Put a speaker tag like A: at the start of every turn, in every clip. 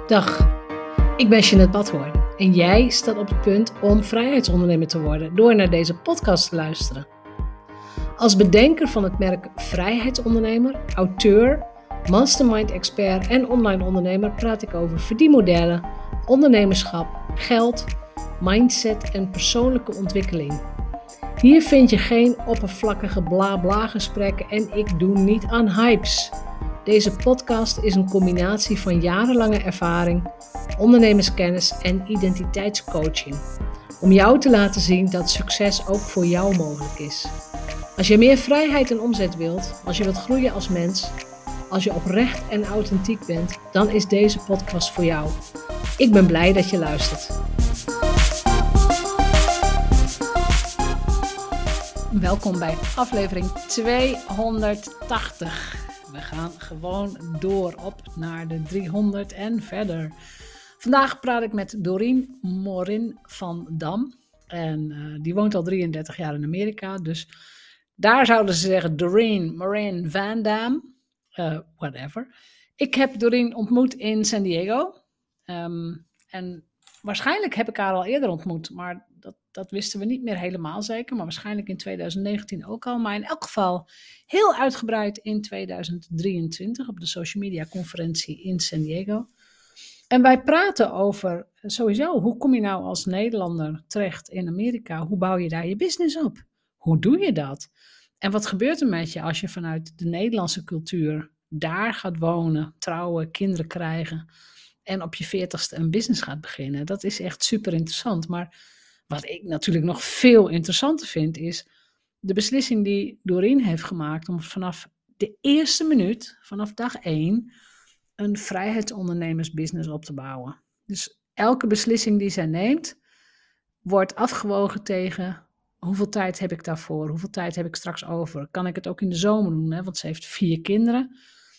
A: Dag, ik ben Jeanette Badhoorn en jij staat op het punt om vrijheidsondernemer te worden door naar deze podcast te luisteren. Als bedenker van het merk Vrijheidsondernemer, auteur, mastermind-expert en online ondernemer praat ik over verdienmodellen, ondernemerschap, geld, mindset en persoonlijke ontwikkeling. Hier vind je geen oppervlakkige bla-bla gesprekken en ik doe niet aan hypes. Deze podcast is een combinatie van jarenlange ervaring, ondernemerskennis en identiteitscoaching. Om jou te laten zien dat succes ook voor jou mogelijk is. Als je meer vrijheid en omzet wilt, als je wilt groeien als mens, als je oprecht en authentiek bent, dan is deze podcast voor jou. Ik ben blij dat je luistert. Welkom bij aflevering 280. We gaan gewoon door op naar de 300 en verder. Vandaag praat ik met Doreen Morin van Dam. En die woont al 33 jaar in Amerika. Dus daar zouden ze zeggen Doreen Morin van Dam. Whatever. Ik heb Doreen ontmoet in San Diego. En waarschijnlijk heb ik haar al eerder ontmoet. Maar dat wisten we niet meer helemaal zeker. Maar waarschijnlijk in 2019 ook al. Maar in elk geval heel uitgebreid in 2023 op de social media conferentie in San Diego. En wij praten over sowieso, hoe kom je nou als Nederlander terecht in Amerika? Hoe bouw je daar je business op? Hoe doe je dat? En wat gebeurt er met je als je vanuit de Nederlandse cultuur daar gaat wonen, trouwen, kinderen krijgen en op je 40ste een business gaat beginnen? Dat is echt super interessant. Maar wat ik natuurlijk nog veel interessanter vind is de beslissing die Doreen heeft gemaakt om vanaf de eerste minuut, vanaf dag 1, een vrijheidsondernemersbusiness op te bouwen. Dus elke beslissing die zij neemt, wordt afgewogen tegen hoeveel tijd heb ik daarvoor, hoeveel tijd heb ik straks over. Kan ik het ook in de zomer doen, hè? Want ze heeft 4 kinderen,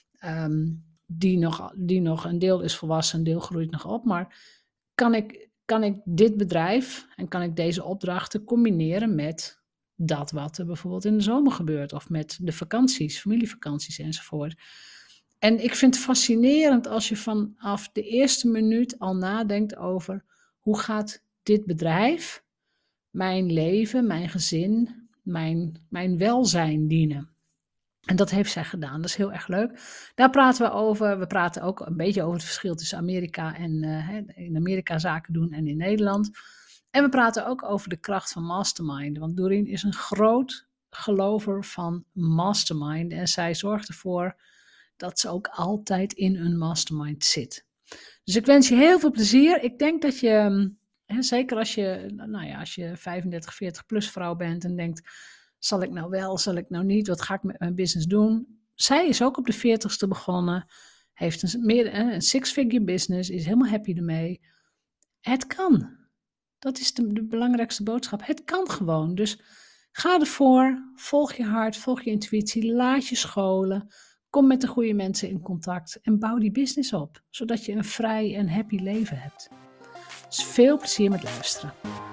A: die nog een deel is volwassen, een deel groeit nog op. Maar kan ik dit bedrijf en kan ik deze opdrachten combineren met dat wat er bijvoorbeeld in de zomer gebeurt, of met de vakanties, familievakanties enzovoort. En ik vind het fascinerend als je vanaf de eerste minuut al nadenkt over hoe gaat dit bedrijf mijn leven, mijn gezin, mijn welzijn dienen. En dat heeft zij gedaan, dat is heel erg leuk. Daar praten we over. We praten ook een beetje over het verschil tussen Amerika en in Amerika zaken doen en in Nederland. En we praten ook over de kracht van mastermind. Want Doreen is een groot gelover van mastermind. En zij zorgt ervoor dat ze ook altijd in een mastermind zit. Dus ik wens je heel veel plezier. Ik denk dat je, zeker als je 35, 40 plus vrouw bent en denkt, zal ik nou wel, zal ik nou niet, wat ga ik met mijn business doen? Zij is ook op de 40ste begonnen, heeft een six-figure business, is helemaal happy ermee. Het kan. Dat is de belangrijkste boodschap. Het kan gewoon. Dus ga ervoor, volg je hart, volg je intuïtie, laat je scholen. Kom met de goede mensen in contact en bouw die business op, zodat je een vrij en happy leven hebt. Dus veel plezier met luisteren.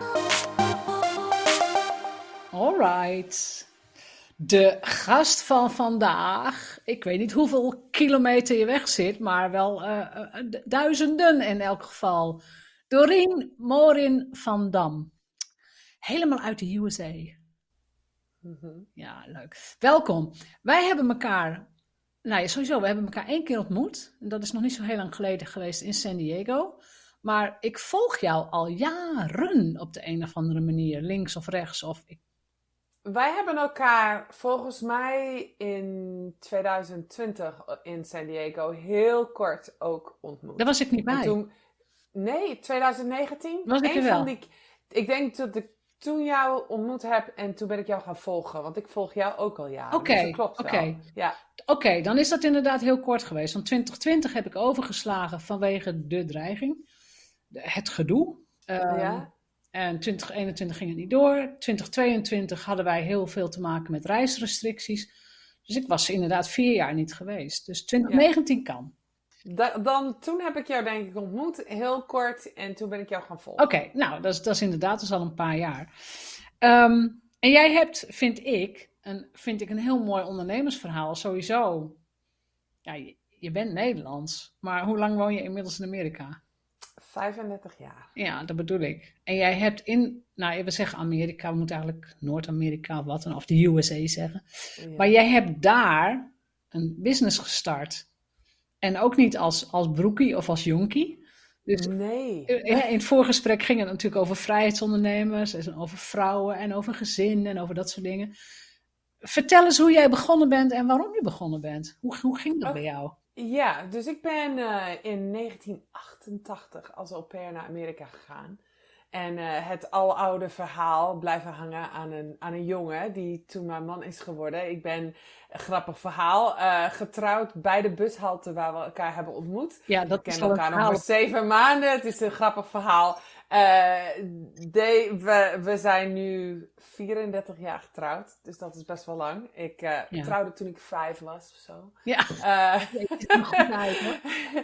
A: Alright. De gast van vandaag, ik weet niet hoeveel kilometer je weg zit, maar wel duizenden in elk geval. Doreen Morin van Dam. Helemaal uit de USA. Mm-hmm. Ja, leuk. Welkom. Wij hebben elkaar... Nou ja, sowieso, we hebben elkaar 1 keer ontmoet. En dat is nog niet zo heel lang geleden geweest in San Diego. Maar ik volg jou al jaren op de een of andere manier, links of rechts.
B: Wij hebben elkaar volgens mij in 2020 in San Diego heel kort ook ontmoet.
A: Daar was ik niet bij.
B: Nee, 2019.
A: Was ik er wel?
B: Ik denk dat ik toen jou ontmoet heb en toen ben ik jou gaan volgen. Want ik volg jou ook al jaren.
A: Oké,
B: dus dat klopt wel. Ja.
A: Oké, dan is dat inderdaad heel kort geweest. Want 2020 heb ik overgeslagen vanwege de dreiging. Het gedoe.
B: Ja.
A: En 2021 ging het niet door. 2022 hadden wij heel veel te maken met reisrestricties. Dus ik was inderdaad 4 jaar niet geweest. Dus 2019 kan.
B: Toen heb ik jou denk ik ontmoet, heel kort, en toen ben ik jou gaan volgen.
A: Oké, nou, dat is inderdaad dus al een paar jaar. En jij hebt, vind ik een heel mooi ondernemersverhaal. Sowieso, ja, je bent Nederlands, maar hoe lang woon je inmiddels in Amerika?
B: 35 jaar.
A: Ja, dat bedoel ik. En jij hebt we zeggen Amerika, we moeten eigenlijk Noord-Amerika, wat dan, of de USA zeggen.
B: Ja.
A: Maar jij hebt daar een business gestart. En ook niet als broekie of als jonkie. Dus
B: Nee.
A: in het voorgesprek ging het natuurlijk over vrijheidsondernemers, en over vrouwen en over gezin en over dat soort dingen. Vertel eens hoe jij begonnen bent en waarom je begonnen bent. Hoe ging dat bij jou?
B: Ja, dus ik ben in 1988 als au pair naar Amerika gegaan. En het aloude verhaal blijven hangen aan een jongen die toen mijn man is geworden. Ik ben, een grappig verhaal, getrouwd bij de bushalte waar we elkaar hebben ontmoet.
A: Ja, dat
B: We
A: is
B: kennen
A: wel
B: elkaar nog maar 7 maanden. Het is een grappig verhaal. We zijn nu 34 jaar getrouwd, dus dat is best wel lang. Ik trouwde toen ik 5 was of zo.
A: Ja, goed uit, hoor.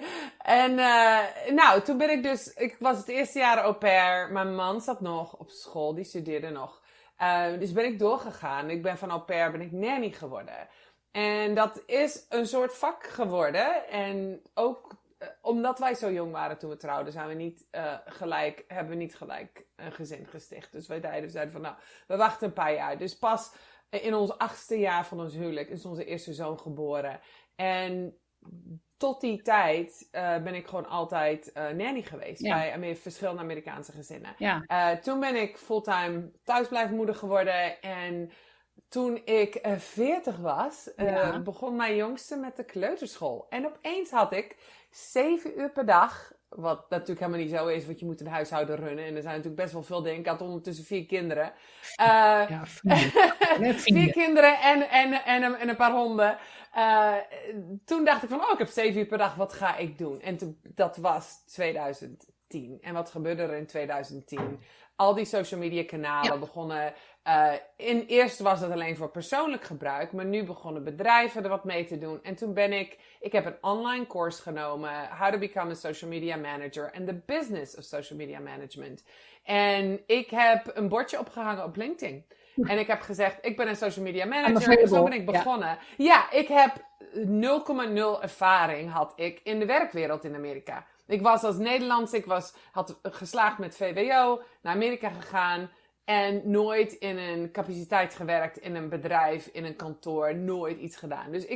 B: En toen ben ik was het eerste jaar au pair. Mijn man zat nog op school, die studeerde nog. Dus ben ik doorgegaan. Ik ben van au pair, ben ik nanny geworden. En dat is een soort vak geworden. En ook omdat wij zo jong waren toen we trouwden, hebben we niet gelijk een gezin gesticht. Dus wij zeiden van, we wachten een paar jaar. Dus pas in ons 8e jaar van ons huwelijk is onze eerste zoon geboren. En tot die tijd ben ik gewoon altijd nanny geweest bij verschillende Amerikaanse gezinnen.
A: Ja.
B: Toen ben ik fulltime thuisblijfmoeder geworden en toen ik 40 was, begon mijn jongste met de kleuterschool. En opeens had ik 7 uur per dag, wat natuurlijk helemaal niet zo is, want je moet een huishouden runnen. En er zijn natuurlijk best wel veel dingen. Ik had ondertussen 4 kinderen. 4 kinderen en een paar honden. Toen dacht ik van, ik heb 7 uur per dag, wat ga ik doen? En dat was 2010. En wat gebeurde er in 2010? Al die social media kanalen begonnen. Eerst was het alleen voor persoonlijk gebruik, maar nu begonnen bedrijven er wat mee te doen. En toen ik heb een online course genomen, How to Become a Social Media Manager and the Business of Social Media Management. En ik heb een bordje opgehangen op LinkedIn. En ik heb gezegd, ik ben een social media manager. En zo ben ik begonnen. Ja, ik heb 0,0 ervaring had ik in de werkwereld in Amerika. Ik was als Nederlands, had geslaagd met VWO, naar Amerika gegaan. En nooit in een capaciteit gewerkt, in een bedrijf, in een kantoor, nooit iets gedaan. Dus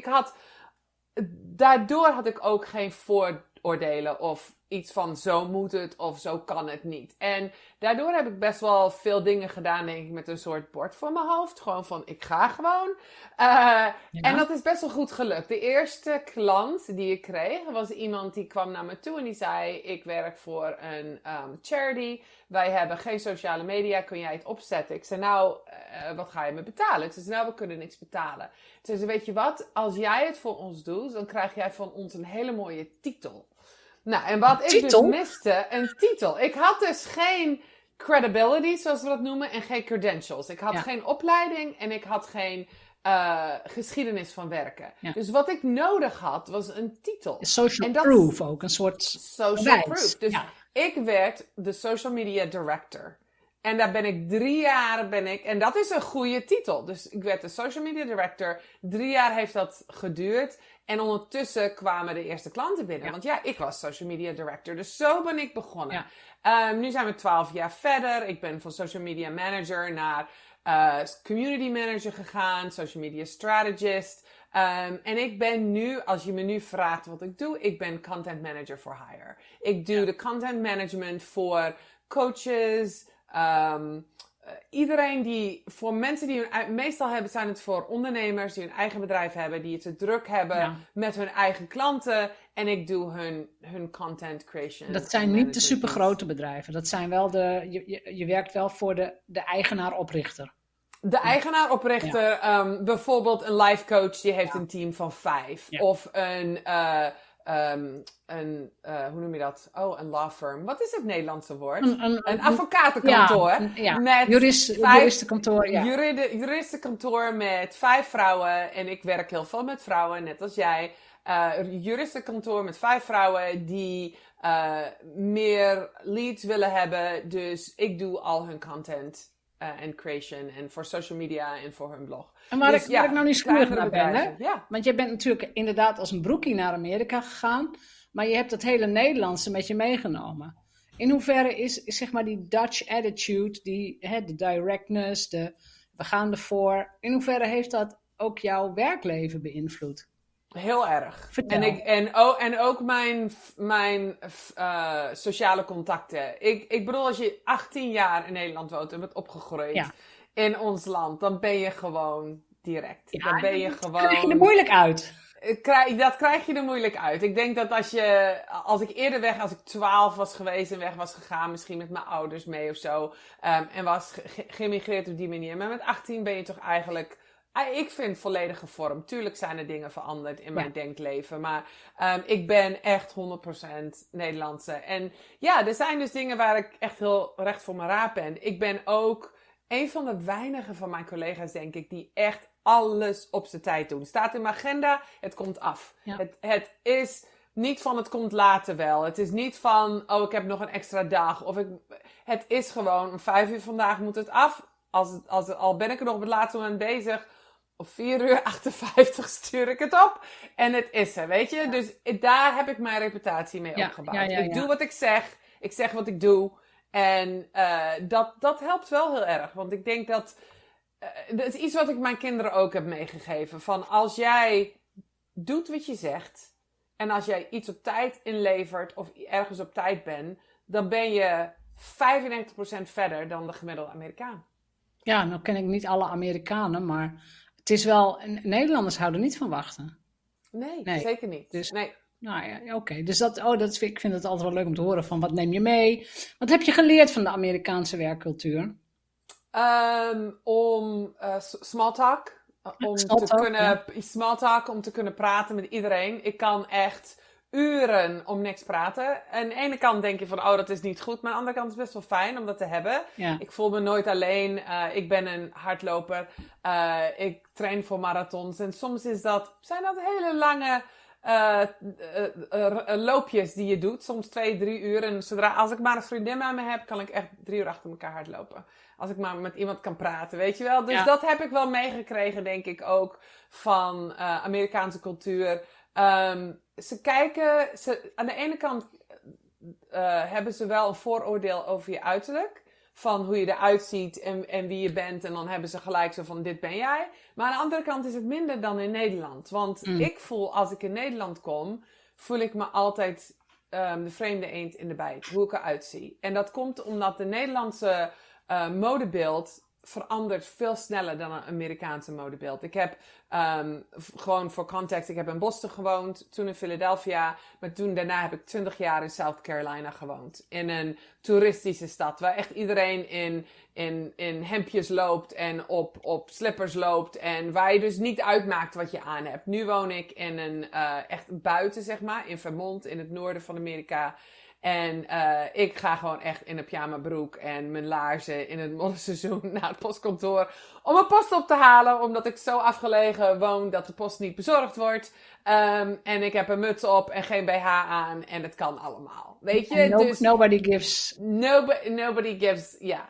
B: daardoor had ik ook geen vooroordelen of iets van zo moet het of zo kan het niet. En daardoor heb ik best wel veel dingen gedaan, denk ik, met een soort bord voor mijn hoofd. Gewoon van, ik ga gewoon. En dat is best wel goed gelukt. De eerste klant die ik kreeg was iemand die kwam naar me toe en die zei, ik werk voor een charity. Wij hebben geen sociale media, kun jij het opzetten? Ik zei, wat ga je me betalen? Ze zei, we kunnen niks betalen. Ze zei, weet je wat? Als jij het voor ons doet, dan krijg jij van ons een hele mooie titel. Nou, en wat ik dus miste, een titel. Ik had dus geen credibility, zoals we dat noemen, en geen credentials. Ik had geen opleiding en ik had geen geschiedenis van werken. Ja. Dus wat ik nodig had, was een titel.
A: Social proof ook, een soort
B: social proof. Dus ik werd de social media director. En daar ben ik 3 jaar, en dat is een goede titel. Dus ik werd de social media director. 3 jaar heeft dat geduurd. En ondertussen kwamen de eerste klanten binnen. Want ik was social media director. Dus zo ben ik begonnen. Ja. Nu zijn we 12 jaar verder. Ik ben van social media manager naar community manager gegaan. Social media strategist. En ik ben nu, als je me nu vraagt wat ik doe, ik ben content manager for hire. Ik doe de content management voor coaches, iedereen voor mensen die meestal zijn het voor ondernemers die hun eigen bedrijf hebben, die het te druk hebben met hun eigen klanten. En ik doe hun content creation.
A: Dat zijn niet de supergrote bedrijven. Dat zijn wel je werkt wel voor de eigenaar-oprichter.
B: De eigenaar-oprichter, bijvoorbeeld een life coach, die heeft een team van 5. Ja. Of hoe noem je dat? Een law firm. Wat is het Nederlandse woord? Een advocatenkantoor. Met
A: juristenkantoor. Ja.
B: Juristenkantoor met 5 vrouwen. En ik werk heel veel met vrouwen, net als jij. Juristenkantoor met 5 vrouwen die meer leads willen hebben. Dus ik doe al hun content en creation en voor social media en voor hun blog.
A: En waar ik nou nieuwsgierig naar ben, hè?
B: Ja.
A: Want jij bent natuurlijk inderdaad als een broekie naar Amerika gegaan, maar je hebt het hele Nederlandse met je meegenomen. In hoeverre is zeg maar die Dutch attitude, de directness, we gaan ervoor, in hoeverre heeft dat ook jouw werkleven beïnvloed?
B: Heel erg.
A: Vertel.
B: En ook mijn sociale contacten. Ik bedoel, als je 18 jaar in Nederland woont en bent opgegroeid in ons land, dan ben je gewoon direct.
A: Ja,
B: dan ben je gewoon...
A: Dat krijg je er moeilijk uit.
B: Dat krijg je er moeilijk uit. Ik denk dat als ik eerder als ik 12 was geweest en weg was gegaan, misschien met mijn ouders mee of zo, en was geëmigreerd op die manier. Maar met 18 ben je toch eigenlijk... Ik vind volledig gevormd. Tuurlijk zijn er dingen veranderd in mijn denkleven. Maar ik ben echt 100% Nederlandse. En ja, er zijn dus dingen waar ik echt heel recht voor mijn raap ben. Ik ben ook een van de weinigen van mijn collega's, denk ik, die echt alles op zijn tijd doen. Staat in mijn agenda, het komt af. Ja. Het is niet van het komt later wel. Het is niet van, ik heb nog een extra dag. Het is gewoon, om 5 uur vandaag moet het af. Al ben ik er nog op het laatste moment bezig. Op 4:58 stuur ik het op. En het is er, weet je. Ja. Dus daar heb ik mijn reputatie mee opgebouwd. Ik doe wat ik zeg. Ik zeg wat ik doe. En dat helpt wel heel erg. Want ik denk dat is iets wat ik mijn kinderen ook heb meegegeven. Van als jij doet wat je zegt. En als jij iets op tijd inlevert. Of ergens op tijd bent. Dan ben je 95% verder dan de gemiddelde Amerikaan.
A: Ja, nou ken ik niet alle Amerikanen. Maar het is wel... Nederlanders houden niet van wachten.
B: Nee. Zeker niet.
A: Dus,
B: nee.
A: Nou ja, oké. Dus ik vind het altijd wel leuk om te horen van wat neem je mee? Wat heb je geleerd van de Amerikaanse werkcultuur?
B: Om small talk. Small talk, om te kunnen praten met iedereen. Ik kan echt uren om niks praten. Aan de ene kant denk je van, dat is niet goed. Maar aan de andere kant is het best wel fijn om dat te hebben. Ja. Ik voel me nooit alleen. Ik ben een hardloper. Ik train voor marathons. En soms zijn dat hele lange loopjes die je doet. Soms 2-3 uur. En als ik maar een vriendin bij me heb, kan ik echt 3 uur achter elkaar hardlopen. Als ik maar met iemand kan praten, weet je wel. Dus dat heb ik wel meegekregen, denk ik ook, van Amerikaanse cultuur. Ze kijken, aan de ene kant hebben ze wel een vooroordeel over je uiterlijk. Van hoe je eruit ziet en wie je bent. En dan hebben ze gelijk zo van, dit ben jij. Maar aan de andere kant is het minder dan in Nederland. Want ik voel, als ik in Nederland kom, voel ik me altijd de vreemde eend in de bijt. Hoe ik eruit zie. En dat komt omdat de Nederlandse modebeeld verandert veel sneller dan een Amerikaanse modebeeld. Ik heb, gewoon voor context, ik heb in Boston gewoond, toen in Philadelphia, maar daarna heb ik 20 jaar in South Carolina gewoond. In een toeristische stad, waar echt iedereen in hemdjes loopt en op slippers loopt en waar je dus niet uitmaakt wat je aan hebt. Nu woon ik in een, echt buiten, zeg maar, in Vermont, in het noorden van Amerika. En ik ga gewoon echt in een pyjamabroek en mijn laarzen in het modderseizoen naar het postkantoor om mijn post op te halen. Omdat ik zo afgelegen woon dat de post niet bezorgd wordt. En ik heb een muts op en geen BH aan en het kan allemaal. Weet je?
A: Dus nobody gives.
B: Nobody gives, ja.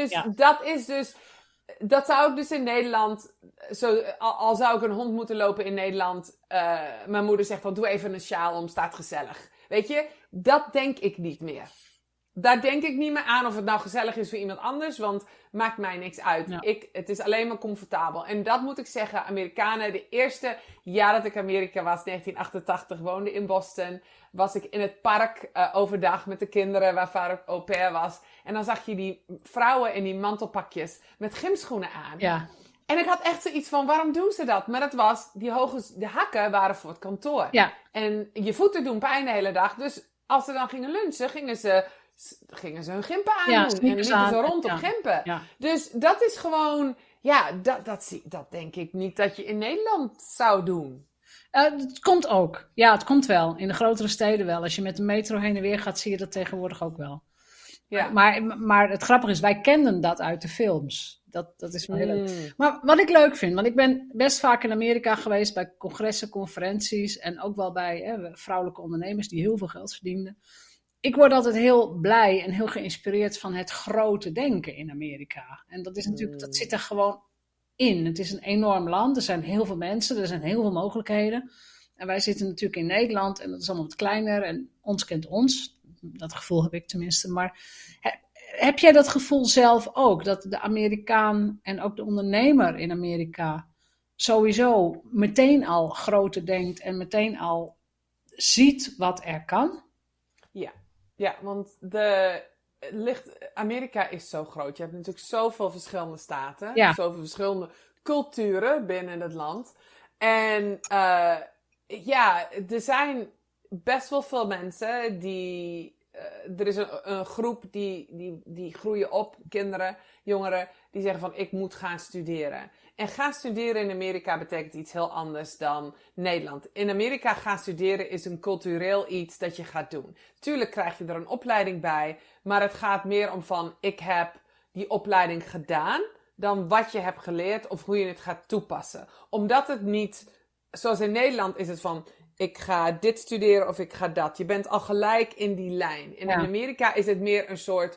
B: Dat zou ik dus in Nederland, al zou ik een hond moeten lopen in Nederland. Mijn moeder zegt dan, doe even een sjaal om, staat gezellig. Weet je, dat denk ik niet meer. Daar denk ik niet meer aan of het nou gezellig is voor iemand anders, want maakt mij niks uit. Ja. Het is alleen maar comfortabel. En dat moet ik zeggen, Amerikanen, de eerste jaar dat ik in Amerika was, 1988, woonde in Boston, was ik in het park overdag met de kinderen, waar vader au pair was. En dan zag je die vrouwen in die mantelpakjes met gymschoenen aan.
A: Ja.
B: En ik had echt zoiets van, waarom doen ze dat? Maar dat was, de hakken waren voor het kantoor.
A: Ja.
B: En je voeten doen pijn de hele dag. Dus als ze dan gingen lunchen, gingen ze hun gimpen aandoen. Ja, en liepen ze rond op gimpen. Ja. Dus dat is gewoon, dat denk ik niet dat je in Nederland zou doen.
A: Het komt ook. Ja, het komt wel. In de grotere steden wel. Als je met de metro heen en weer gaat, zie je dat tegenwoordig ook wel. Ja. Maar het grappige is, wij kenden dat uit de films. Dat is wel heel leuk. Maar wat ik leuk vind, want ik ben best vaak in Amerika geweest bij congressen, conferenties en ook wel bij vrouwelijke ondernemers die heel veel geld verdienden. ik word altijd heel blij en heel geïnspireerd van het grote denken in Amerika. En dat is natuurlijk, dat zit er gewoon in. Het is een enorm land, er zijn heel veel mensen, er zijn heel veel mogelijkheden. En wij zitten natuurlijk in Nederland en dat is allemaal wat kleiner en ons kent ons. Dat gevoel heb ik tenminste. Maar heb jij dat gevoel zelf ook? Dat de Amerikaan en ook de ondernemer in Amerika sowieso meteen al groter denkt en meteen al ziet wat er kan?
B: Ja, want Amerika is zo groot. Je hebt natuurlijk zoveel verschillende staten.
A: Ja.
B: Zoveel verschillende culturen binnen het land. En er zijn best wel veel mensen die... er is een groep die groeien op, kinderen, jongeren, die zeggen van ik moet gaan studeren. En gaan studeren in Amerika betekent iets heel anders dan Nederland. In Amerika gaan studeren is een cultureel iets dat je gaat doen. Tuurlijk krijg je er een opleiding bij, maar het gaat meer om van ik heb die opleiding gedaan dan wat je hebt geleerd of hoe je het gaat toepassen. Omdat het niet, zoals in Nederland is het van ik ga dit studeren of ik ga dat. Je bent al gelijk in die lijn. In Amerika is het meer een soort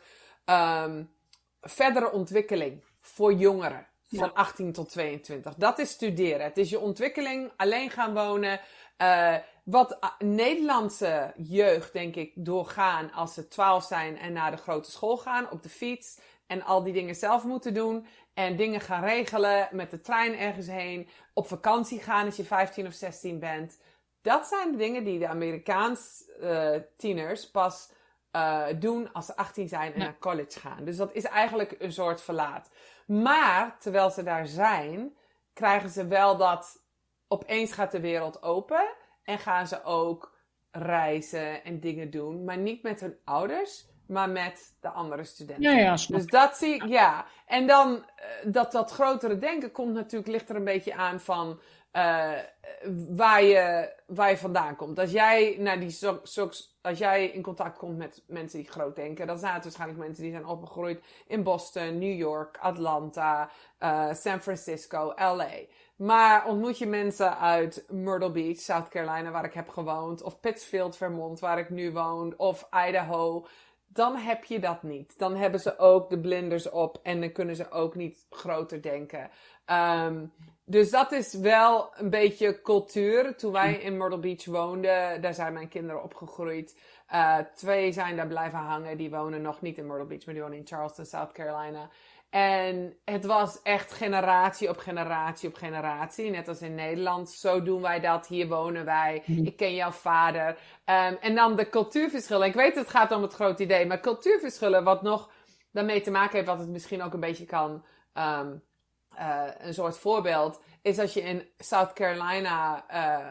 B: verdere ontwikkeling voor jongeren. Van 18 tot 22. Dat is studeren. Het is je ontwikkeling, alleen gaan wonen. Wat Nederlandse jeugd, denk ik, doorgaan als ze 12 zijn en naar de grote school gaan. Op de fiets. En al die dingen zelf moeten doen. En dingen gaan regelen. Met de trein ergens heen. Op vakantie gaan als je 15 of 16 bent. Dat zijn de dingen die de Amerikaanse tieners pas doen als ze 18 zijn en naar college gaan. Dus dat is eigenlijk een soort verlaat. Maar, terwijl ze daar zijn, krijgen ze wel dat opeens gaat de wereld open. En gaan ze ook reizen en dingen doen. Maar niet met hun ouders, maar met de andere studenten.
A: Ja, snap.
B: Dus dat zie ik, ja. En dan, dat grotere denken ligt er een beetje aan van waar je vandaan komt. Als jij als jij in contact komt met mensen die groot denken, dan zijn het waarschijnlijk mensen die zijn opgegroeid in Boston, New York, Atlanta, San Francisco, LA. Maar ontmoet je mensen uit Myrtle Beach, South Carolina, waar ik heb gewoond, of Pittsfield, Vermont, waar ik nu woon, of Idaho, dan heb je dat niet. Dan hebben ze ook de blinders op en dan kunnen ze ook niet groter denken. Dus dat is wel een beetje cultuur. Toen wij in Myrtle Beach woonden, daar zijn mijn kinderen opgegroeid. 2 zijn daar blijven hangen. Die wonen nog niet in Myrtle Beach, maar die wonen in Charleston, South Carolina. En het was echt generatie op generatie op generatie. Net als in Nederland. Zo doen wij dat. Hier wonen wij. Ik ken jouw vader. En dan de cultuurverschillen. Ik weet het gaat om het grote idee. Maar cultuurverschillen wat nog daarmee te maken heeft. Wat het misschien ook een beetje kan... een soort voorbeeld is als je in South Carolina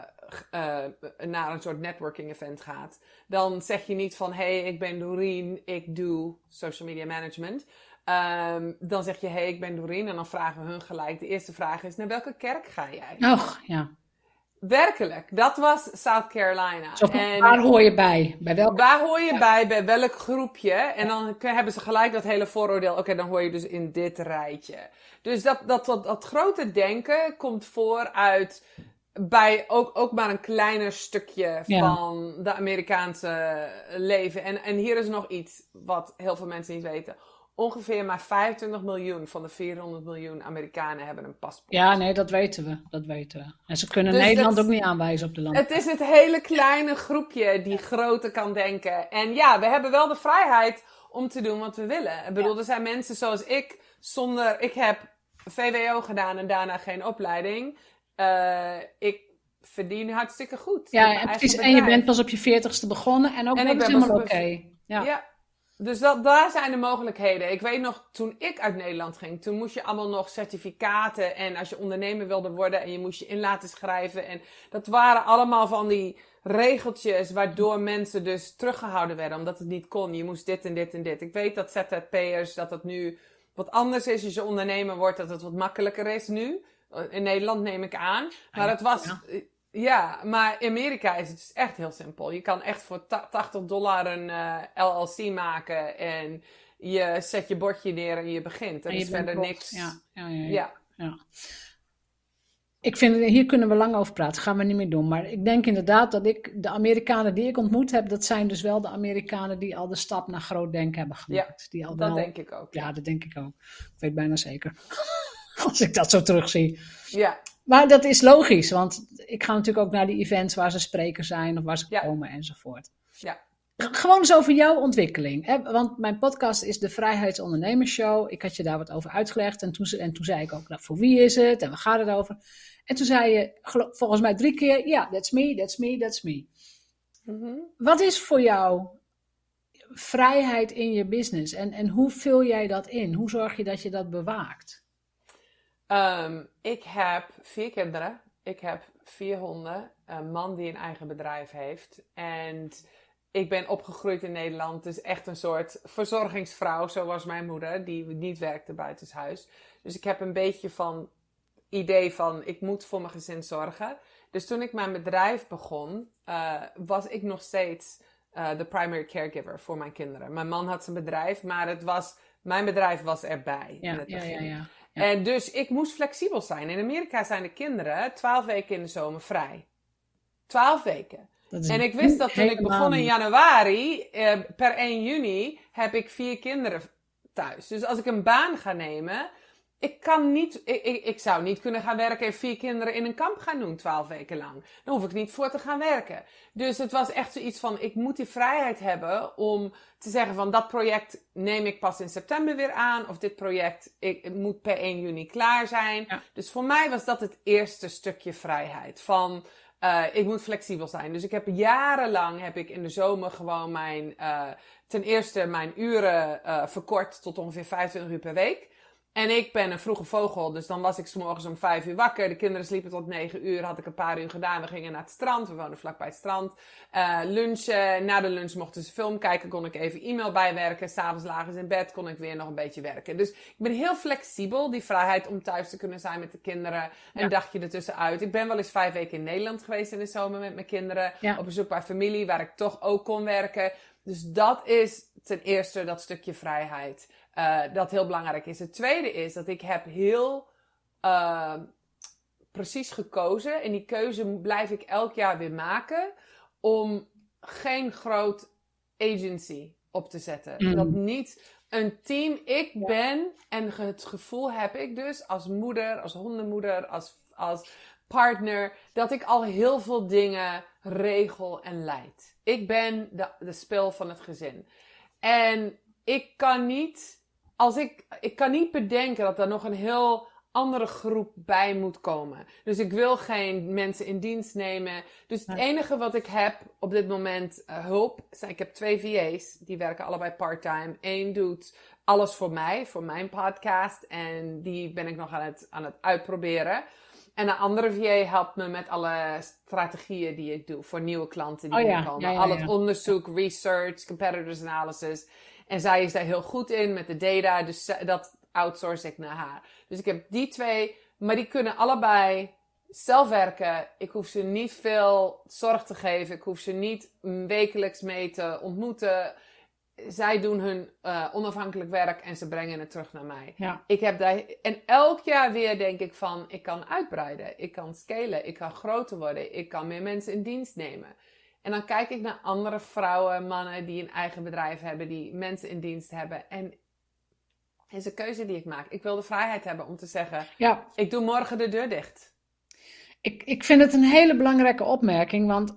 B: naar een soort networking event gaat. Dan zeg je niet van, hey, ik ben Doreen, ik doe social media management. Dan zeg je, hey, ik ben Doreen. En dan vragen we hun gelijk. De eerste vraag is, naar welke kerk ga jij?
A: Och, ja.
B: Werkelijk, dat was South Carolina.
A: Zo, waar hoor je bij?
B: Waar hoor je bij welk groepje? En dan hebben ze gelijk dat hele vooroordeel. Oké, dan hoor je dus in dit rijtje. Dus dat grote denken komt voor uit bij ook maar een kleiner stukje van de Amerikaanse leven. En hier is nog iets wat heel veel mensen niet weten. Ongeveer maar 25 miljoen van de 400 miljoen Amerikanen hebben een paspoort.
A: Ja, nee, dat weten we. En ze kunnen dus Nederland ook niet aanwijzen op de land.
B: Het is het hele kleine groepje die groter kan denken. En ja, we hebben wel de vrijheid om te doen wat we willen. Ik bedoel, er zijn mensen zoals ik, ik heb VWO gedaan en daarna geen opleiding. Ik verdien hartstikke goed.
A: Ja, precies. En je bent pas op je 40ste begonnen en ook dat is helemaal oké.
B: Ja. Dus daar zijn de mogelijkheden. Ik weet nog, toen ik uit Nederland ging, toen moest je allemaal nog certificaten. En als je ondernemer wilde worden en je moest je in laten schrijven. En dat waren allemaal van die regeltjes waardoor mensen dus teruggehouden werden. Omdat het niet kon. Je moest dit en dit en dit. Ik weet dat ZZP'ers, dat het nu wat anders is als je ondernemer wordt. Dat het wat makkelijker is nu. In Nederland neem ik aan. Maar het was... Ja, maar in Amerika is het dus echt heel simpel. Je kan echt voor $80 een LLC maken en je zet je bordje neer en je begint. Er is verder niks.
A: Ja. Ik vind, hier kunnen we lang over praten, gaan we niet meer doen. Maar ik denk inderdaad dat de Amerikanen die ik ontmoet heb, dat zijn dus wel de Amerikanen die al de stap naar groot denken hebben gemaakt.
B: Ja,
A: Die al
B: dat denk ik ook.
A: Ja, dat denk ik ook. Ik weet bijna zeker. Als ik dat zo terugzie.
B: Ja.
A: Maar dat is logisch, want ik ga natuurlijk ook naar die events waar ze sprekers zijn of waar ze komen enzovoort.
B: Ja.
A: Gewoon eens over jouw ontwikkeling. Hè? Want mijn podcast is de Vrijheidsondernemersshow. Ik had je daar wat over uitgelegd. En toen zei ik ook, nou, voor wie is het? En waar gaat het over? En toen zei je, volgens mij 3 keer, ja, that's me, that's me, that's me.
B: Mm-hmm.
A: Wat is voor jou vrijheid in je business? En hoe vul jij dat in? Hoe zorg je dat je dat bewaakt?
B: Ik heb 4 kinderen. Ik heb 4 honden. Een man die een eigen bedrijf heeft. En ik ben opgegroeid in Nederland. Dus echt een soort verzorgingsvrouw. Zoals mijn moeder. Die niet werkte buitenshuis. Dus ik heb een beetje van idee van ik moet voor mijn gezin zorgen. Dus toen ik mijn bedrijf begon. Was ik nog steeds de primary caregiver voor mijn kinderen. Mijn man had zijn bedrijf. Maar mijn bedrijf was erbij. In het begin.
A: Ja.
B: En dus ik moest flexibel zijn. In Amerika zijn de kinderen 12 weken in de zomer vrij. 12 weken. En ik wist dat toen ik begon in januari, per 1 juni, heb ik 4 kinderen thuis. Dus als ik een baan ga nemen, ik zou niet kunnen gaan werken en 4 kinderen in een kamp gaan doen 12 weken lang. Dan hoef ik niet voor te gaan werken. Dus het was echt zoiets van, ik moet die vrijheid hebben om te zeggen van dat project neem ik pas in september weer aan. Of dit project moet per 1 juni klaar zijn. Ja. Dus voor mij was dat het eerste stukje vrijheid. Van ik moet flexibel zijn. Dus ik heb jarenlang in de zomer gewoon ten eerste mijn uren verkort tot ongeveer 25 uur per week. En ik ben een vroege vogel, dus dan was ik 's morgens om 5 uur wakker. De kinderen sliepen tot 9 uur, had ik een paar uur gedaan. We gingen naar het strand, we woonden vlakbij het strand. Lunchen, na de lunch mochten ze film kijken, kon ik even e-mail bijwerken. 's Avonds lagen ze in bed, kon ik weer nog een beetje werken. Dus ik ben heel flexibel, die vrijheid om thuis te kunnen zijn met de kinderen. Een dagje ertussenuit. Ik ben wel eens 5 weken in Nederland geweest in de zomer met mijn kinderen. Ja. Op bezoek bij familie, waar ik toch ook kon werken. Dus dat is ten eerste dat stukje vrijheid. Dat heel belangrijk is. Het tweede is dat ik heb heel precies gekozen. En die keuze blijf ik elk jaar weer maken. Om geen groot agency op te zetten. Mm. Dat niet een team. Ik ben, en het gevoel heb ik dus als moeder, als hondenmoeder, als partner, dat ik al heel veel dingen regel en leid. Ik ben de spil van het gezin. En ik kan niet, ik kan niet bedenken dat er nog een heel andere groep bij moet komen. Dus ik wil geen mensen in dienst nemen. Dus het enige wat ik heb op dit moment hulp. Ik heb 2 VA's. Die werken allebei part-time. 1 doet alles voor mij. Voor mijn podcast. En die ben ik nog aan het uitproberen. En een andere VA helpt me met alle strategieën die ik doe. Voor nieuwe klanten die komen. Al het onderzoek, research, competitors analysis. En zij is daar heel goed in met de data. Dus dat outsource ik naar haar. Dus ik heb die 2. Maar die kunnen allebei zelf werken. Ik hoef ze niet veel zorg te geven. Ik hoef ze niet wekelijks mee te ontmoeten. Zij doen hun onafhankelijk werk en ze brengen het terug naar mij. Ja. En elk jaar weer denk ik van, ik kan uitbreiden. Ik kan scalen. Ik kan groter worden. Ik kan meer mensen in dienst nemen. En dan kijk ik naar andere vrouwen, mannen die een eigen bedrijf hebben, die mensen in dienst hebben. En het is een keuze die ik maak. Ik wil de vrijheid hebben om te zeggen, ik doe morgen de deur dicht.
A: Ik vind het een hele belangrijke opmerking, want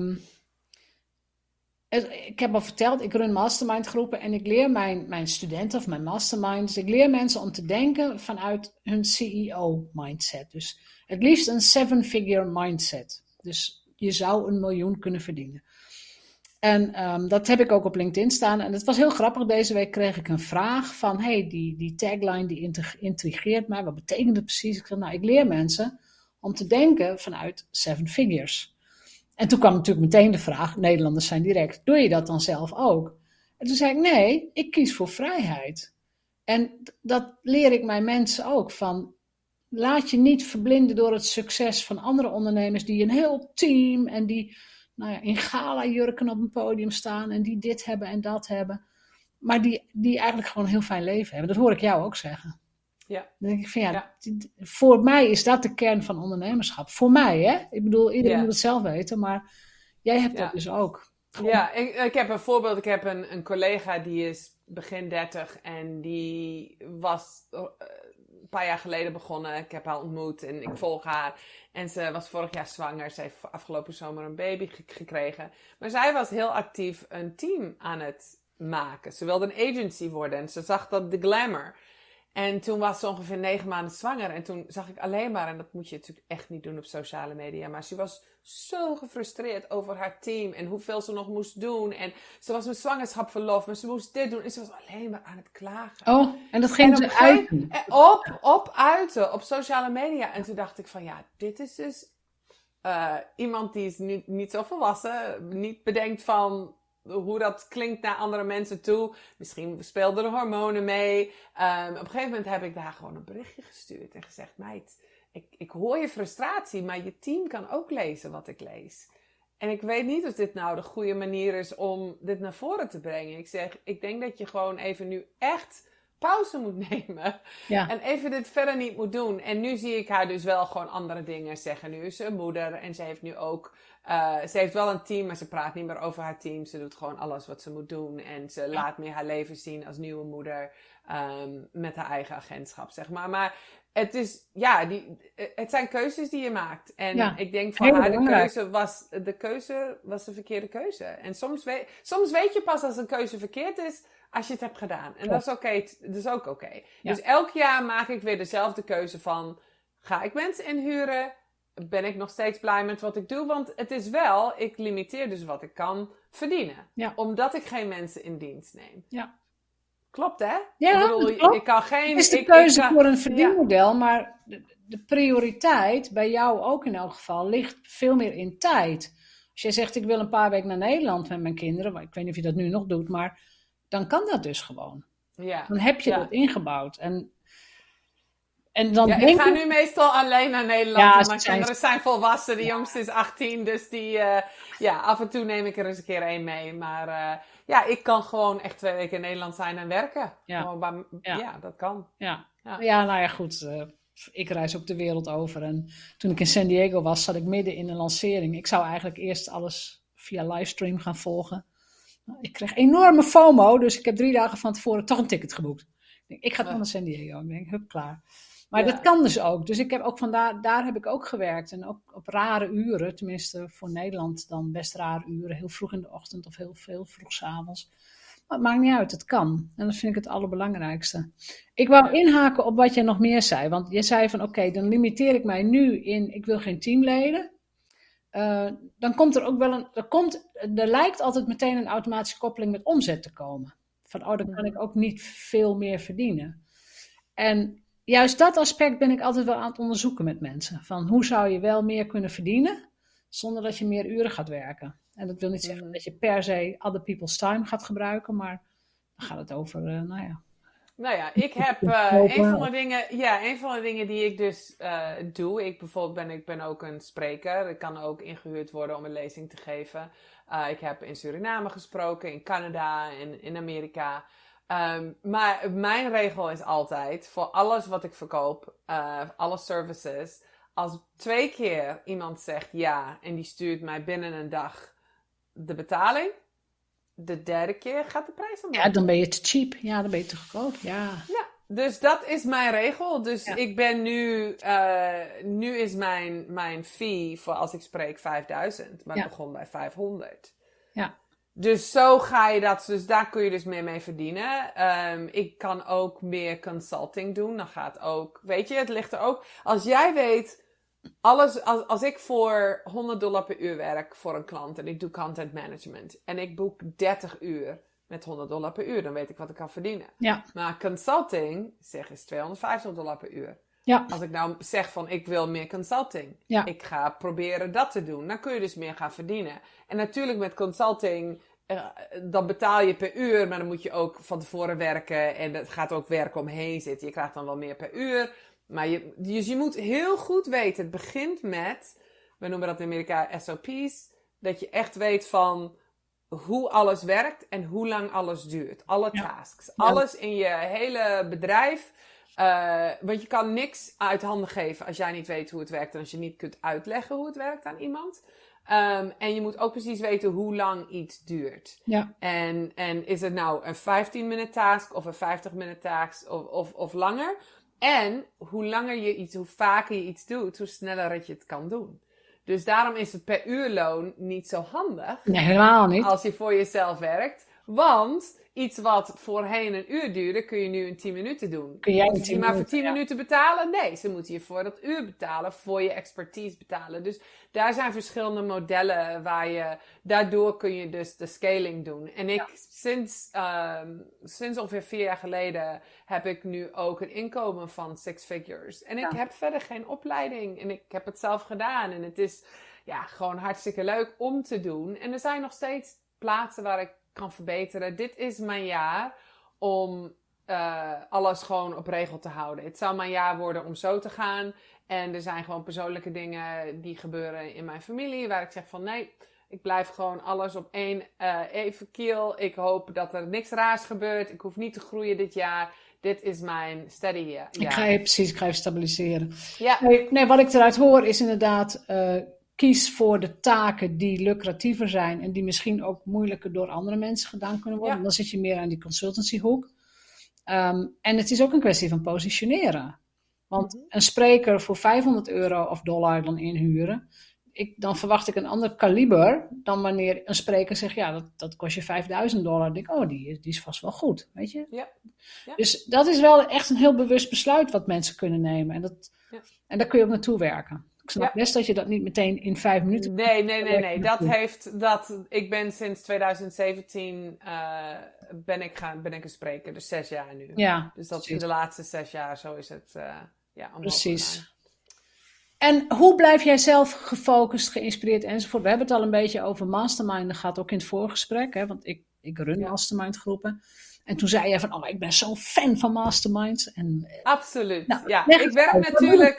A: ik heb al verteld, ik run mastermind groepen en ik leer mijn studenten of mijn masterminds, ik leer mensen om te denken vanuit hun CEO mindset. Dus het liefst een 7-figure mindset. Dus je zou 1 miljoen kunnen verdienen. En dat heb ik ook op LinkedIn staan. En het was heel grappig. Deze week kreeg ik een vraag van, die tagline die intrigeert mij. Wat betekent het precies? Ik zei, ik leer mensen om te denken vanuit 7 figures. En toen kwam natuurlijk meteen de vraag, Nederlanders zijn direct, doe je dat dan zelf ook? En toen zei ik, nee, ik kies voor vrijheid. En dat leer ik mijn mensen ook van, laat je niet verblinden door het succes van andere ondernemers die een heel team en die in gala-jurken op een podium staan en die dit hebben en dat hebben. Maar die eigenlijk gewoon een heel fijn leven hebben. Dat hoor ik jou ook zeggen.
B: Ja.
A: Dan denk ik van voor mij is dat de kern van ondernemerschap. Voor mij, hè? Ik bedoel, iedereen moet het zelf weten, maar jij hebt dat dus ook.
B: Ja, ik heb een voorbeeld. Ik heb een collega die is begin 30 en die was een paar jaar geleden begonnen. Ik heb haar ontmoet en ik volg haar. En ze was vorig jaar zwanger. Ze heeft afgelopen zomer een baby gekregen. Maar zij was heel actief een team aan het maken. Ze wilde een agency worden en ze zag dat de glamour. En toen was ze ongeveer 9 maanden zwanger. En toen zag ik alleen maar, en dat moet je natuurlijk echt niet doen op sociale media, maar ze was zo gefrustreerd over haar team en hoeveel ze nog moest doen. En ze was met zwangerschapsverlof, maar ze moest dit doen. En ze was alleen maar aan het klagen.
A: Oh, en dat ging ze uiten.
B: Uiten op sociale media. En toen dacht ik van dit is dus iemand die is niet zo volwassen, niet bedenkt van hoe dat klinkt naar andere mensen toe. Misschien speelden er hormonen mee. Op een gegeven moment heb ik daar gewoon een berichtje gestuurd en gezegd, meid, ik hoor je frustratie, maar je team kan ook lezen wat ik lees. En ik weet niet of dit nou de goede manier is om dit naar voren te brengen. Ik zeg, ik denk dat je gewoon even nu echt pauze moet nemen. Ja. En even dit verder niet moet doen. En nu zie ik haar dus wel gewoon andere dingen zeggen. Nu is ze een moeder en ze heeft nu ook ze heeft wel een team, maar ze praat niet meer over haar team. Ze doet gewoon alles wat ze moet doen. En ze laat meer haar leven zien als nieuwe moeder. Met haar eigen agentschap, zeg maar. Maar het is, het zijn keuzes die je maakt. En ik denk voor haar, de keuze was de verkeerde keuze. En soms weet je pas als een keuze verkeerd is, als je het hebt gedaan. En dat is oké. Dat is ook oké. Ja. Dus elk jaar maak ik weer dezelfde keuze van, ga ik mensen inhuren? Ben ik nog steeds blij met wat ik doe? Want het is wel, ik limiteer dus wat ik kan verdienen. Ja. Omdat ik geen mensen in dienst neem. Ja. Klopt, hè?
A: Ja,
B: ik bedoel,
A: klopt.
B: Ik kan geen...
A: Het is de keuze voor een verdienmodel, maar de prioriteit, bij jou ook in elk geval, ligt veel meer in tijd. Als jij zegt, ik wil een paar weken naar Nederland met mijn kinderen, maar ik weet niet of je dat nu nog doet, maar dan kan dat dus gewoon. Ja. Dan heb je dat ingebouwd. En dan
B: ik ga nu meestal alleen naar Nederland. Want mijn kinderen zijn volwassen. De jongste is 18. Dus die, af en toe neem ik er eens een keer één mee. Maar ik kan gewoon echt 2 weken in Nederland zijn en werken. Ja, dat kan.
A: Ja, goed. Ik reis ook de wereld over. En toen ik in San Diego was, zat ik midden in een lancering. Ik zou eigenlijk eerst alles via livestream gaan volgen. Ik kreeg enorme FOMO. Dus ik heb 3 dagen van tevoren toch een ticket geboekt. Ik ga dan naar San Diego. Ik denk, hup, klaar. Maar dat kan dus ook. Dus ik heb ook daar heb ik ook gewerkt. En ook op rare uren. Tenminste voor Nederland dan best rare uren. Heel vroeg in de ochtend of heel vroeg 's avonds. Maar het maakt niet uit. Het kan. En dat vind ik het allerbelangrijkste. Ik wou inhaken op wat jij nog meer zei. Want je zei van oké, dan limiteer ik mij nu in. Ik wil geen teamleden. Dan komt er ook wel er lijkt altijd meteen een automatische koppeling met omzet te komen. Van dan kan ik ook niet veel meer verdienen. En juist dat aspect ben ik altijd wel aan het onderzoeken met mensen. Van hoe zou je wel meer kunnen verdienen, zonder dat je meer uren gaat werken. En dat wil niet zeggen dat je per se other people's time gaat gebruiken, maar dan gaat het over,
B: ik heb een van de dingen die ik dus doe. Ik ben ook een spreker. Ik kan ook ingehuurd worden om een lezing te geven. Ik heb in Suriname gesproken, in Canada en in Amerika. Maar mijn regel is altijd, voor alles wat ik verkoop, alle services, als 2 keer iemand zegt ja en die stuurt mij binnen een dag de betaling, de 3e keer gaat de prijs omhoog.
A: Ja, dan ben je te cheap. Ja, dan ben je te goedkoop. Ja.
B: Dus dat is mijn regel. Dus ik ben nu is mijn fee voor als ik spreek 5.000, maar het begon bij 500. Ja. Dus zo ga je dat, dus daar kun je dus meer mee verdienen. Ik kan ook meer consulting doen. Dan gaat ook, weet je, het ligt er ook. Als jij weet, als ik voor $100 per uur werk voor een klant en ik doe content management en ik boek 30 uur met $100 per uur, dan weet ik wat ik kan verdienen. Ja. Maar consulting, zeg is $250 per uur. Ja. Als ik nou zeg van ik wil meer consulting. Ja. Ik ga proberen dat te doen. Dan kun je dus meer gaan verdienen. En natuurlijk met consulting, dan betaal je per uur. Maar dan moet je ook van tevoren werken. En het gaat ook werk omheen zitten. Je krijgt dan wel meer per uur. Maar je moet heel goed weten. Het begint met, we noemen dat in Amerika SOP's. Dat je echt weet van hoe alles werkt en hoe lang alles duurt. Alle tasks. Alles in je hele bedrijf Want je kan niks uit handen geven als jij niet weet hoe het werkt en als je niet kunt uitleggen hoe het werkt aan iemand. En je moet ook precies weten hoe lang iets duurt.
A: Ja.
B: En is het nou een 15-minute task of een 50-minute task of langer? En hoe langer je iets, hoe vaker je iets doet, hoe sneller dat je het kan doen. Dus daarom is het per uurloon niet zo handig.
A: Nee, helemaal niet.
B: Als je voor jezelf werkt. Want iets wat voorheen een uur duurde, kun je nu in 10 minuten doen.
A: Kun jij in
B: Moet je
A: 10
B: maar voor
A: minuten,
B: 10 minuten betalen? Nee, ze moeten je voor dat uur betalen, voor je expertise betalen. Dus daar zijn verschillende modellen daardoor kun je dus de scaling doen. En ik, sinds ongeveer 4 jaar geleden, heb ik nu ook een inkomen van 6 figures. En ik heb verder geen opleiding. En ik heb het zelf gedaan. En het is gewoon hartstikke leuk om te doen. En er zijn nog steeds plaatsen waar ik kan verbeteren. Dit is mijn jaar om alles gewoon op regel te houden. Het zou mijn jaar worden om zo te gaan. En er zijn gewoon persoonlijke dingen die gebeuren in mijn familie, waar ik zeg van nee, ik blijf gewoon alles op één even kiel. Ik hoop dat er niks raars gebeurt. Ik hoef niet te groeien dit jaar. Dit is mijn steady jaar.
A: Ik ga je stabiliseren.
B: Ja.
A: Nee, wat ik eruit hoor is inderdaad, kies voor de taken die lucratiever zijn en die misschien ook moeilijker door andere mensen gedaan kunnen worden. Dan zit je meer aan die consultancyhoek. En het is ook een kwestie van positioneren. Want een spreker voor €500 of dollar dan inhuren, dan verwacht ik een ander kaliber dan wanneer een spreker zegt, dat kost je $5.000. Ik denk, die is vast wel goed, weet je?
B: Ja.
A: Dus dat is wel echt een heel bewust besluit wat mensen kunnen nemen. En daar kun je ook naartoe werken. Ik snap best dat je dat niet meteen in 5 minuten...
B: Nee. Ik ben sinds 2017 ben ik een spreker. Dus 6 jaar nu.
A: Ja,
B: dus dat is de laatste 6 jaar. Zo is het
A: precies. En hoe blijf jij zelf gefocust, geïnspireerd enzovoort? We hebben het al een beetje over mastermind. Dat gaat ook in het voorgesprek. Hè? Want ik run mastermind groepen. En toen zei jij van, ik ben zo'n fan van masterminds.
B: Absoluut,
A: nou,
B: Ik werk natuurlijk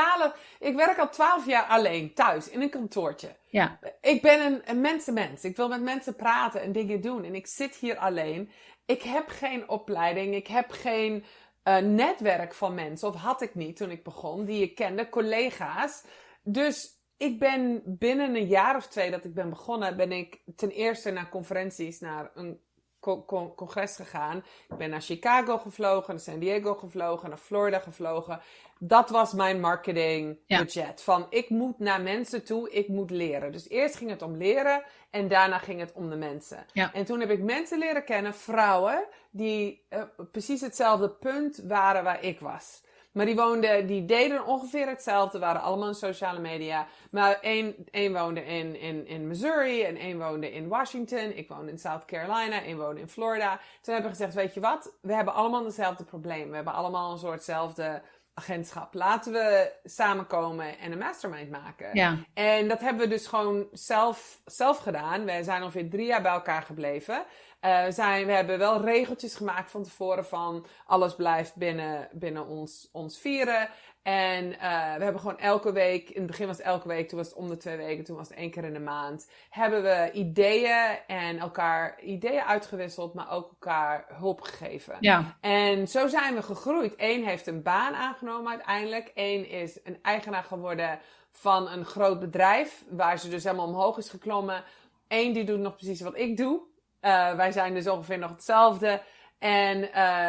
B: al 12 jaar alleen, thuis, in een kantoortje.
A: Ja.
B: Ik ben een mensenmens. Ik wil met mensen praten en dingen doen. En ik zit hier alleen. Ik heb geen opleiding. Ik heb geen netwerk van mensen. Of had ik niet toen ik begon. Die ik kende, collega's. Dus ik ben binnen een jaar of 2 dat ik ben begonnen, ben ik ten eerste naar conferenties, naar een congres gegaan. Ik ben naar Chicago gevlogen, naar San Diego gevlogen, naar Florida gevlogen. Dat was mijn marketingbudget. Van ik moet naar mensen toe, ik moet leren. Dus eerst ging het om leren en daarna ging het om de mensen.
A: Ja.
B: En toen heb ik mensen leren kennen, vrouwen, die precies hetzelfde punt waren waar ik was. Maar die deden ongeveer hetzelfde, waren allemaal in sociale media. Maar één woonde in Missouri en één woonde in Washington. Ik woonde in South Carolina, één woonde in Florida. Toen hebben we gezegd, weet je wat? We hebben allemaal dezelfde probleem. We hebben allemaal een soortzelfde agentschap. Laten we samenkomen en een mastermind maken.
A: Ja.
B: En dat hebben we dus gewoon zelf gedaan. We zijn ongeveer 3 jaar bij elkaar gebleven. We hebben wel regeltjes gemaakt van tevoren van alles blijft binnen ons vieren. En we hebben gewoon elke week, in het begin was het elke week, toen was het om de 2 weken, toen was het 1 keer in de maand. Hebben we ideeën en elkaar ideeën uitgewisseld, maar ook elkaar hulp gegeven.
A: Ja.
B: En zo zijn we gegroeid. 1 heeft een baan aangenomen uiteindelijk. 1 is een eigenaar geworden van een groot bedrijf, waar ze dus helemaal omhoog is geklommen. 1 die doet nog precies wat ik doe. Wij zijn dus ongeveer nog hetzelfde. En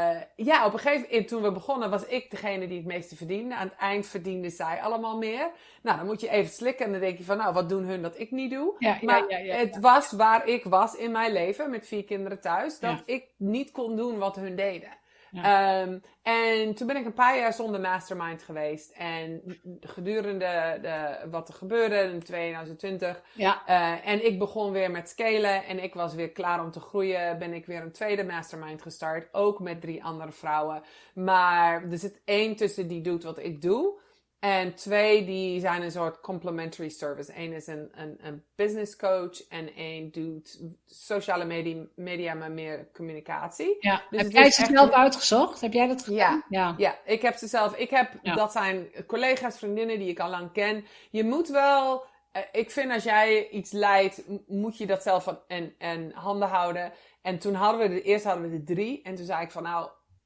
B: op een gegeven moment, toen we begonnen, was ik degene die het meeste verdiende. Aan het eind verdiende zij allemaal meer. Nou, dan moet je even slikken en dan denk je van, nou, wat doen hun dat ik niet doe? Het was waar ik was in mijn leven, met 4 kinderen thuis, dat ik niet kon doen wat hun deden. Ja. En toen ben ik een paar jaar zonder mastermind geweest. En gedurende wat er gebeurde in 2020. Ja. En ik begon weer met scalen. En ik was weer klaar om te groeien. Ben ik weer een tweede mastermind gestart. Ook met 3 andere vrouwen. Maar er zit 1 tussen die doet wat ik doe. En 2 die zijn een soort complementary service. 1 is een business coach. En 1 doet sociale media maar meer communicatie.
A: Ja.
B: Dus
A: heb jij ze zelf uitgezocht? Heb jij dat gedaan?
B: Ja, ik heb ze zelf. Dat zijn collega's, vriendinnen die ik al lang ken. Je moet wel... ik vind als jij iets leidt, moet je dat zelf in handen houden. En toen eerst hadden we er 3. En toen zei ik van nou...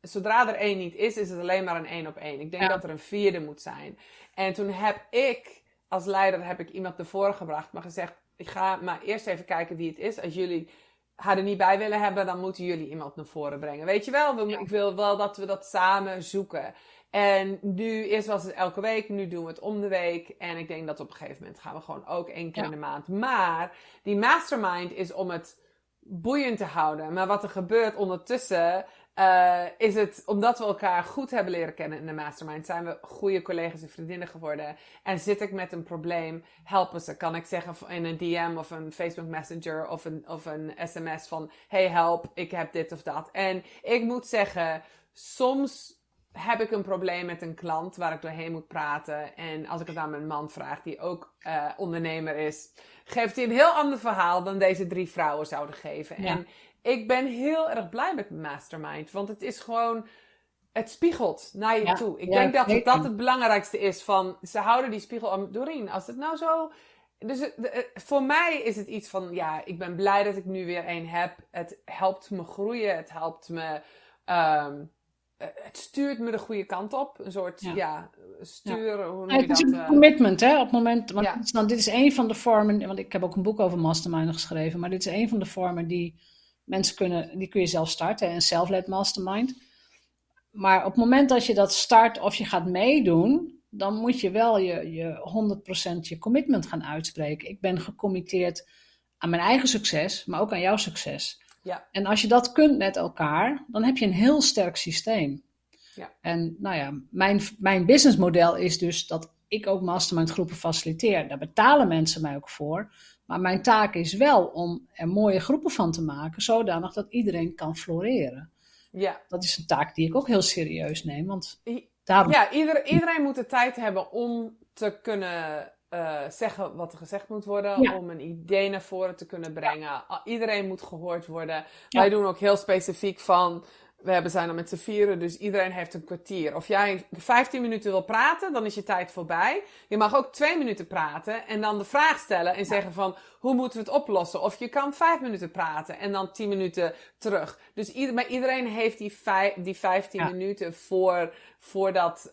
B: zodra er 1 niet is het alleen maar een 1-op-1. Ik denk dat er een 4e moet zijn. En toen heb ik, als leider, iemand naar voren gebracht, maar gezegd, ik ga maar eerst even kijken wie het is. Als jullie haar er niet bij willen hebben, dan moeten jullie iemand naar voren brengen. Weet je wel, ik wil wel dat we dat samen zoeken. En nu, eerst was het elke week, nu doen we het om de week. En ik denk dat op een gegeven moment gaan we gewoon ook 1 keer in de maand. Maar die mastermind is om het boeiend te houden. Maar wat er gebeurt ondertussen, is het, omdat we elkaar goed hebben leren kennen in de mastermind, zijn we goede collega's en vriendinnen geworden. En zit ik met een probleem, helpen ze. Kan ik zeggen in een DM of een Facebook Messenger of een sms van, hey help, ik heb dit of dat. En ik moet zeggen, soms heb ik een probleem met een klant waar ik doorheen moet praten. En als ik het aan mijn man vraag, die ook ondernemer is, geeft hij een heel ander verhaal dan deze 3 vrouwen zouden geven. Ja. En ik ben heel erg blij met mijn mastermind. Want het is gewoon, het spiegelt naar je toe. Ik denk dat dat het belangrijkste is. Van, ze houden die spiegel aan. Doreen, als het nou zo... Dus voor mij is het iets van, ik ben blij dat ik nu weer 1 heb. Het helpt me groeien. Het helpt me... het stuurt me de goede kant op. Een soort, hoe noem je dat?
A: Het is een commitment, hè, op het moment. Want dit is een van de vormen, want ik heb ook een boek over mastermind geschreven, maar dit is een van de vormen die mensen kun je zelf starten, een self-led mastermind. Maar op het moment dat je dat start of je gaat meedoen, dan moet je wel je 100% je commitment gaan uitspreken. Ik ben gecommitteerd aan mijn eigen succes, maar ook aan jouw succes. Ja. En als je dat kunt met elkaar, dan heb je een heel sterk systeem. Ja. En mijn businessmodel is dus dat ik ook mastermind groepen faciliteer. Daar betalen mensen mij ook voor. Maar mijn taak is wel om er mooie groepen van te maken, zodanig dat iedereen kan floreren. Ja. Dat is een taak die ik ook heel serieus neem. Want daarom...
B: Ja, iedereen moet de tijd hebben om te kunnen zeggen wat er gezegd moet worden. Om een idee naar voren te kunnen brengen. Ja. Iedereen moet gehoord worden. Ja. Wij doen ook heel specifiek van... We zijn er met z'n 4, dus iedereen heeft een kwartier. Of jij 15 minuten wil praten, dan is je tijd voorbij. Je mag ook 2 minuten praten en dan de vraag stellen en zeggen van... Hoe moeten we het oplossen? Of je kan 5 minuten praten en dan 10 minuten terug. Dus iedereen heeft die 15 minuten voor dat...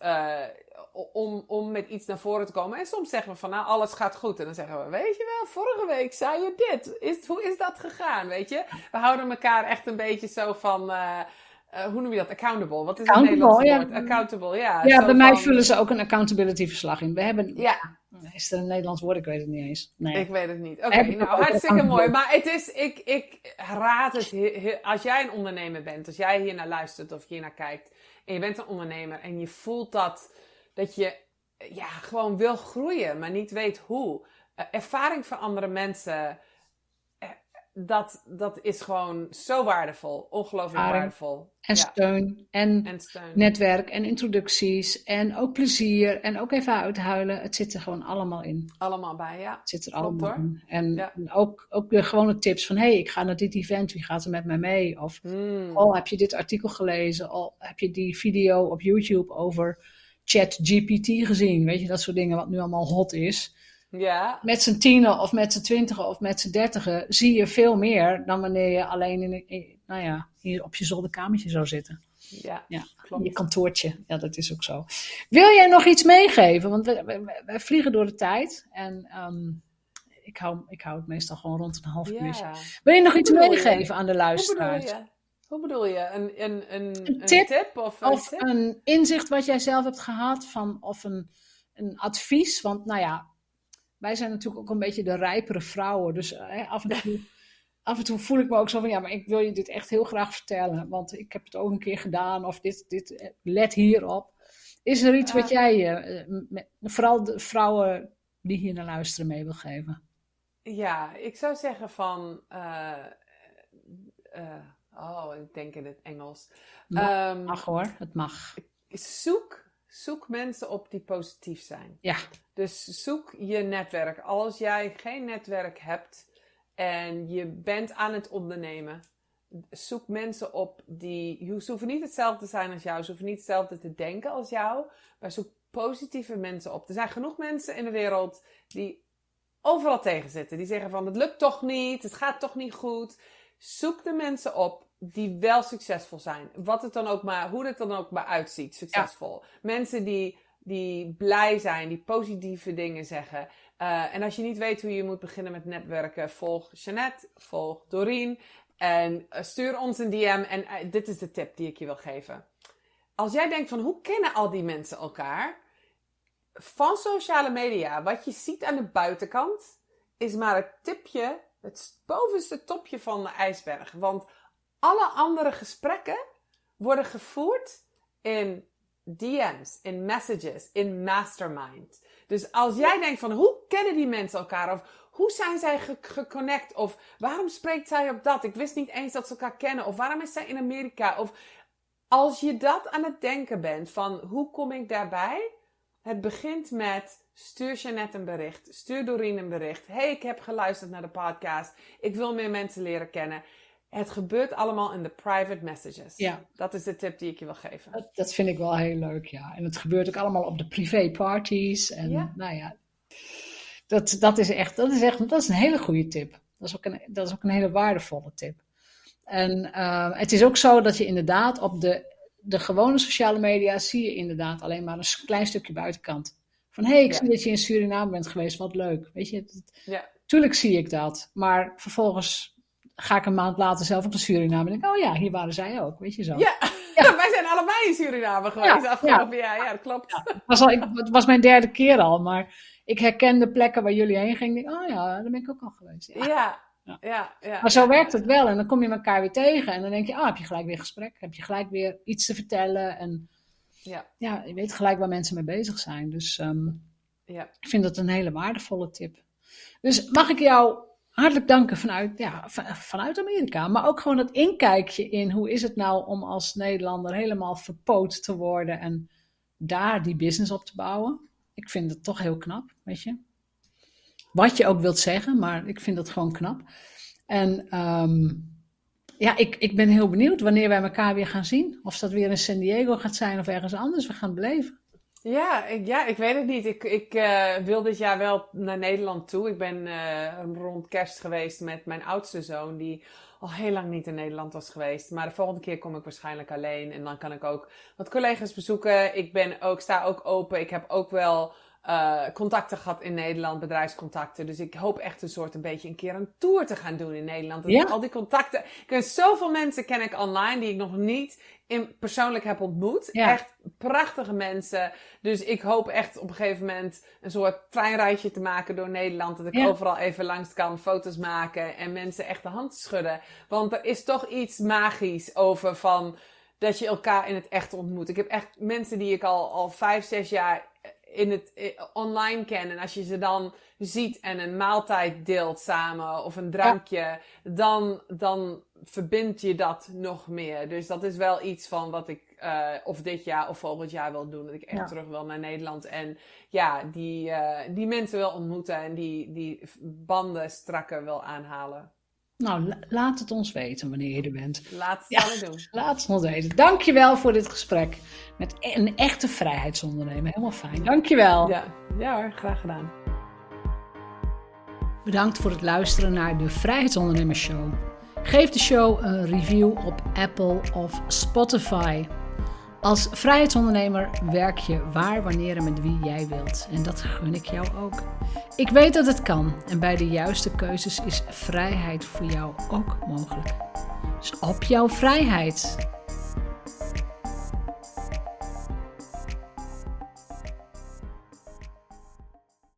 B: om met iets naar voren te komen. En soms zeggen we van, nou, alles gaat goed. En dan zeggen we, weet je wel, vorige week zei je dit. Hoe is dat gegaan, weet je? We houden elkaar echt een beetje zo van... hoe noem je dat? Accountable. Wat is het Nederlandse woord? Accountable, ja.
A: Ja, bij mij vullen ze ook een accountability verslag in. We hebben... Is er een Nederlands woord? Ik weet het niet eens. Nee.
B: Ik weet het niet. Oké, nou, hartstikke mooi. Maar het is... Ik raad het... Als jij een ondernemer bent, als jij hier naar luistert of hier naar kijkt, en je bent een ondernemer en je voelt dat je gewoon wil groeien, maar niet weet hoe. Ervaring van andere mensen, dat is gewoon zo waardevol. Ongelooflijk waardevol.
A: En steun. En netwerk en introducties. En ook plezier. En ook even uithuilen. Het zit er gewoon allemaal in.
B: Allemaal bij, ja.
A: Het zit er allemaal in. En ook de gewone tips van... Hey, ik ga naar dit event. Wie gaat er met mij mee? Of heb je dit artikel gelezen? Of heb je die video op YouTube over ChatGPT gezien? Weet je, dat soort dingen wat nu allemaal hot is. Ja. Met z'n 10 of met z'n 20 of met z'n 30 zie je veel meer dan wanneer je alleen hier op je zolderkamertje zou zitten. Ja, klopt. Je kantoortje. Ja, dat is ook zo. Wil jij nog iets meegeven? Want wij vliegen door de tijd. En ik hou het meestal gewoon rond een half uur. Wil je nog iets meegeven aan de luisteraars?
B: Hoe bedoel je? Een tip? Of
A: een inzicht wat jij zelf hebt gehad? Of een advies? Want wij zijn natuurlijk ook een beetje de rijpere vrouwen. Dus af en toe voel ik me ook zo van... maar ik wil je dit echt heel graag vertellen. Want ik heb het ook een keer gedaan. Of dit let hierop. Is er iets wat jij... vooral de vrouwen die hier naar luisteren mee wil geven?
B: Ja, ik zou zeggen van... ik denk in het Engels.
A: Mag hoor, het mag.
B: Zoek mensen op die positief zijn.
A: Ja. Dus
B: zoek je netwerk. Als jij geen netwerk hebt en je bent aan het ondernemen, zoek mensen op ze hoeven niet hetzelfde te zijn als jou, ze hoeven niet hetzelfde te denken als jou, maar zoek positieve mensen op. Er zijn genoeg mensen in de wereld die overal tegen zitten. Die zeggen van, het lukt toch niet, het gaat toch niet goed. Zoek de mensen op die wel succesvol zijn. Wat het dan ook maar, hoe het dan ook maar uitziet, succesvol. Ja. Mensen die blij zijn, die positieve dingen zeggen. En als je niet weet hoe je moet beginnen met netwerken, volg Jeanette, volg Doreen. En stuur ons een DM. En dit is de tip die ik je wil geven. Als jij denkt van, hoe kennen al die mensen elkaar? Van sociale media, wat je ziet aan de buitenkant, is maar het tipje, het bovenste topje van de ijsberg. Want alle andere gesprekken worden gevoerd in DM's, in messages, in mastermind. Dus als jij denkt van, hoe kennen die mensen elkaar? Of hoe zijn zij geconnect? Of waarom spreekt zij op dat? Ik wist niet eens dat ze elkaar kennen. Of waarom is zij in Amerika? Of als je dat aan het denken bent van, hoe kom ik daarbij? Het begint met, stuur Jeanette een bericht. Stuur Doreen een bericht. Hey, ik heb geluisterd naar de podcast. Ik wil meer mensen leren kennen. Het gebeurt allemaal in de private messages. Ja. Dat is de tip die ik je wil geven.
A: Dat vind ik wel heel leuk, ja. En het gebeurt ook allemaal op de privé parties. En nou ja, dat is een hele goede tip. Dat is ook een hele waardevolle tip. En het is ook zo dat je inderdaad op de gewone sociale media zie je inderdaad alleen maar een klein stukje buitenkant. Van, hé, ik zie dat je in Suriname bent geweest, wat leuk. Weet je, tuurlijk zie ik dat. Maar vervolgens ga ik een maand later zelf op de Suriname en denk, oh ja, hier waren zij ook, weet je zo.
B: Ja, wij zijn allebei in Suriname geweest afgelopen jaar. Ja, dat klopt.
A: Ja, het was mijn derde keer al, maar ik herkende plekken waar jullie heen gingen. Oh ja, daar ben ik ook al geweest. Ja. Maar zo werkt het wel. En dan kom je elkaar weer tegen. En dan denk je, heb je gelijk weer gesprek. Heb je gelijk weer iets te vertellen. En je weet gelijk waar mensen mee bezig zijn. Dus ik vind dat een hele waardevolle tip. Dus mag ik jou hartelijk danken vanuit Amerika. Maar ook gewoon dat inkijkje in hoe is het nou om als Nederlander helemaal verpoot te worden. En daar die business op te bouwen. Ik vind het toch heel knap, weet je. Wat je ook wilt zeggen, maar ik vind dat gewoon knap. En ik ben heel benieuwd wanneer wij elkaar weer gaan zien. Of dat weer in San Diego gaat zijn of ergens anders. We gaan het beleven.
B: Ja, ik weet het niet. Ik wil dit jaar wel naar Nederland toe. Ik ben rond kerst geweest met mijn oudste zoon, die al heel lang niet in Nederland was geweest. Maar de volgende keer kom ik waarschijnlijk alleen. En dan kan ik ook wat collega's bezoeken. Ik sta ook open. Ik heb ook wel contacten gehad in Nederland, bedrijfscontacten. Dus ik hoop echt een beetje een keer een tour te gaan doen in Nederland. En al die contacten. Zoveel mensen ken ik online die ik nog niet persoonlijk heb ontmoet. Ja. Echt prachtige mensen. Dus ik hoop echt op een gegeven moment een soort treinreisje te maken door Nederland. Dat ik overal even langs kan, foto's maken en mensen echt de hand schudden. Want er is toch iets magisch over van dat je elkaar in het echt ontmoet. Ik heb echt mensen die ik al 5, 6 jaar online ken. En als je ze dan ziet en een maaltijd deelt samen of een drankje, dan verbindt je dat nog meer. Dus dat is wel iets van wat ik of dit jaar of volgend jaar wil doen. Dat ik echt terug wil naar Nederland. En die mensen wil ontmoeten en die banden strakker wil aanhalen.
A: Nou, laat het ons weten wanneer je er bent.
B: Laat het doen.
A: Laat het ons weten. Dankjewel voor dit gesprek met een echte vrijheidsondernemer. Helemaal fijn. Dankjewel.
B: Ja hoor, graag gedaan.
A: Bedankt voor het luisteren naar de Vrijheidsondernemers Show. Geef de show een review op Apple of Spotify. Als vrijheidsondernemer werk je waar, wanneer en met wie jij wilt. En dat gun ik jou ook. Ik weet dat het kan. En bij de juiste keuzes is vrijheid voor jou ook mogelijk. Dus op jouw vrijheid.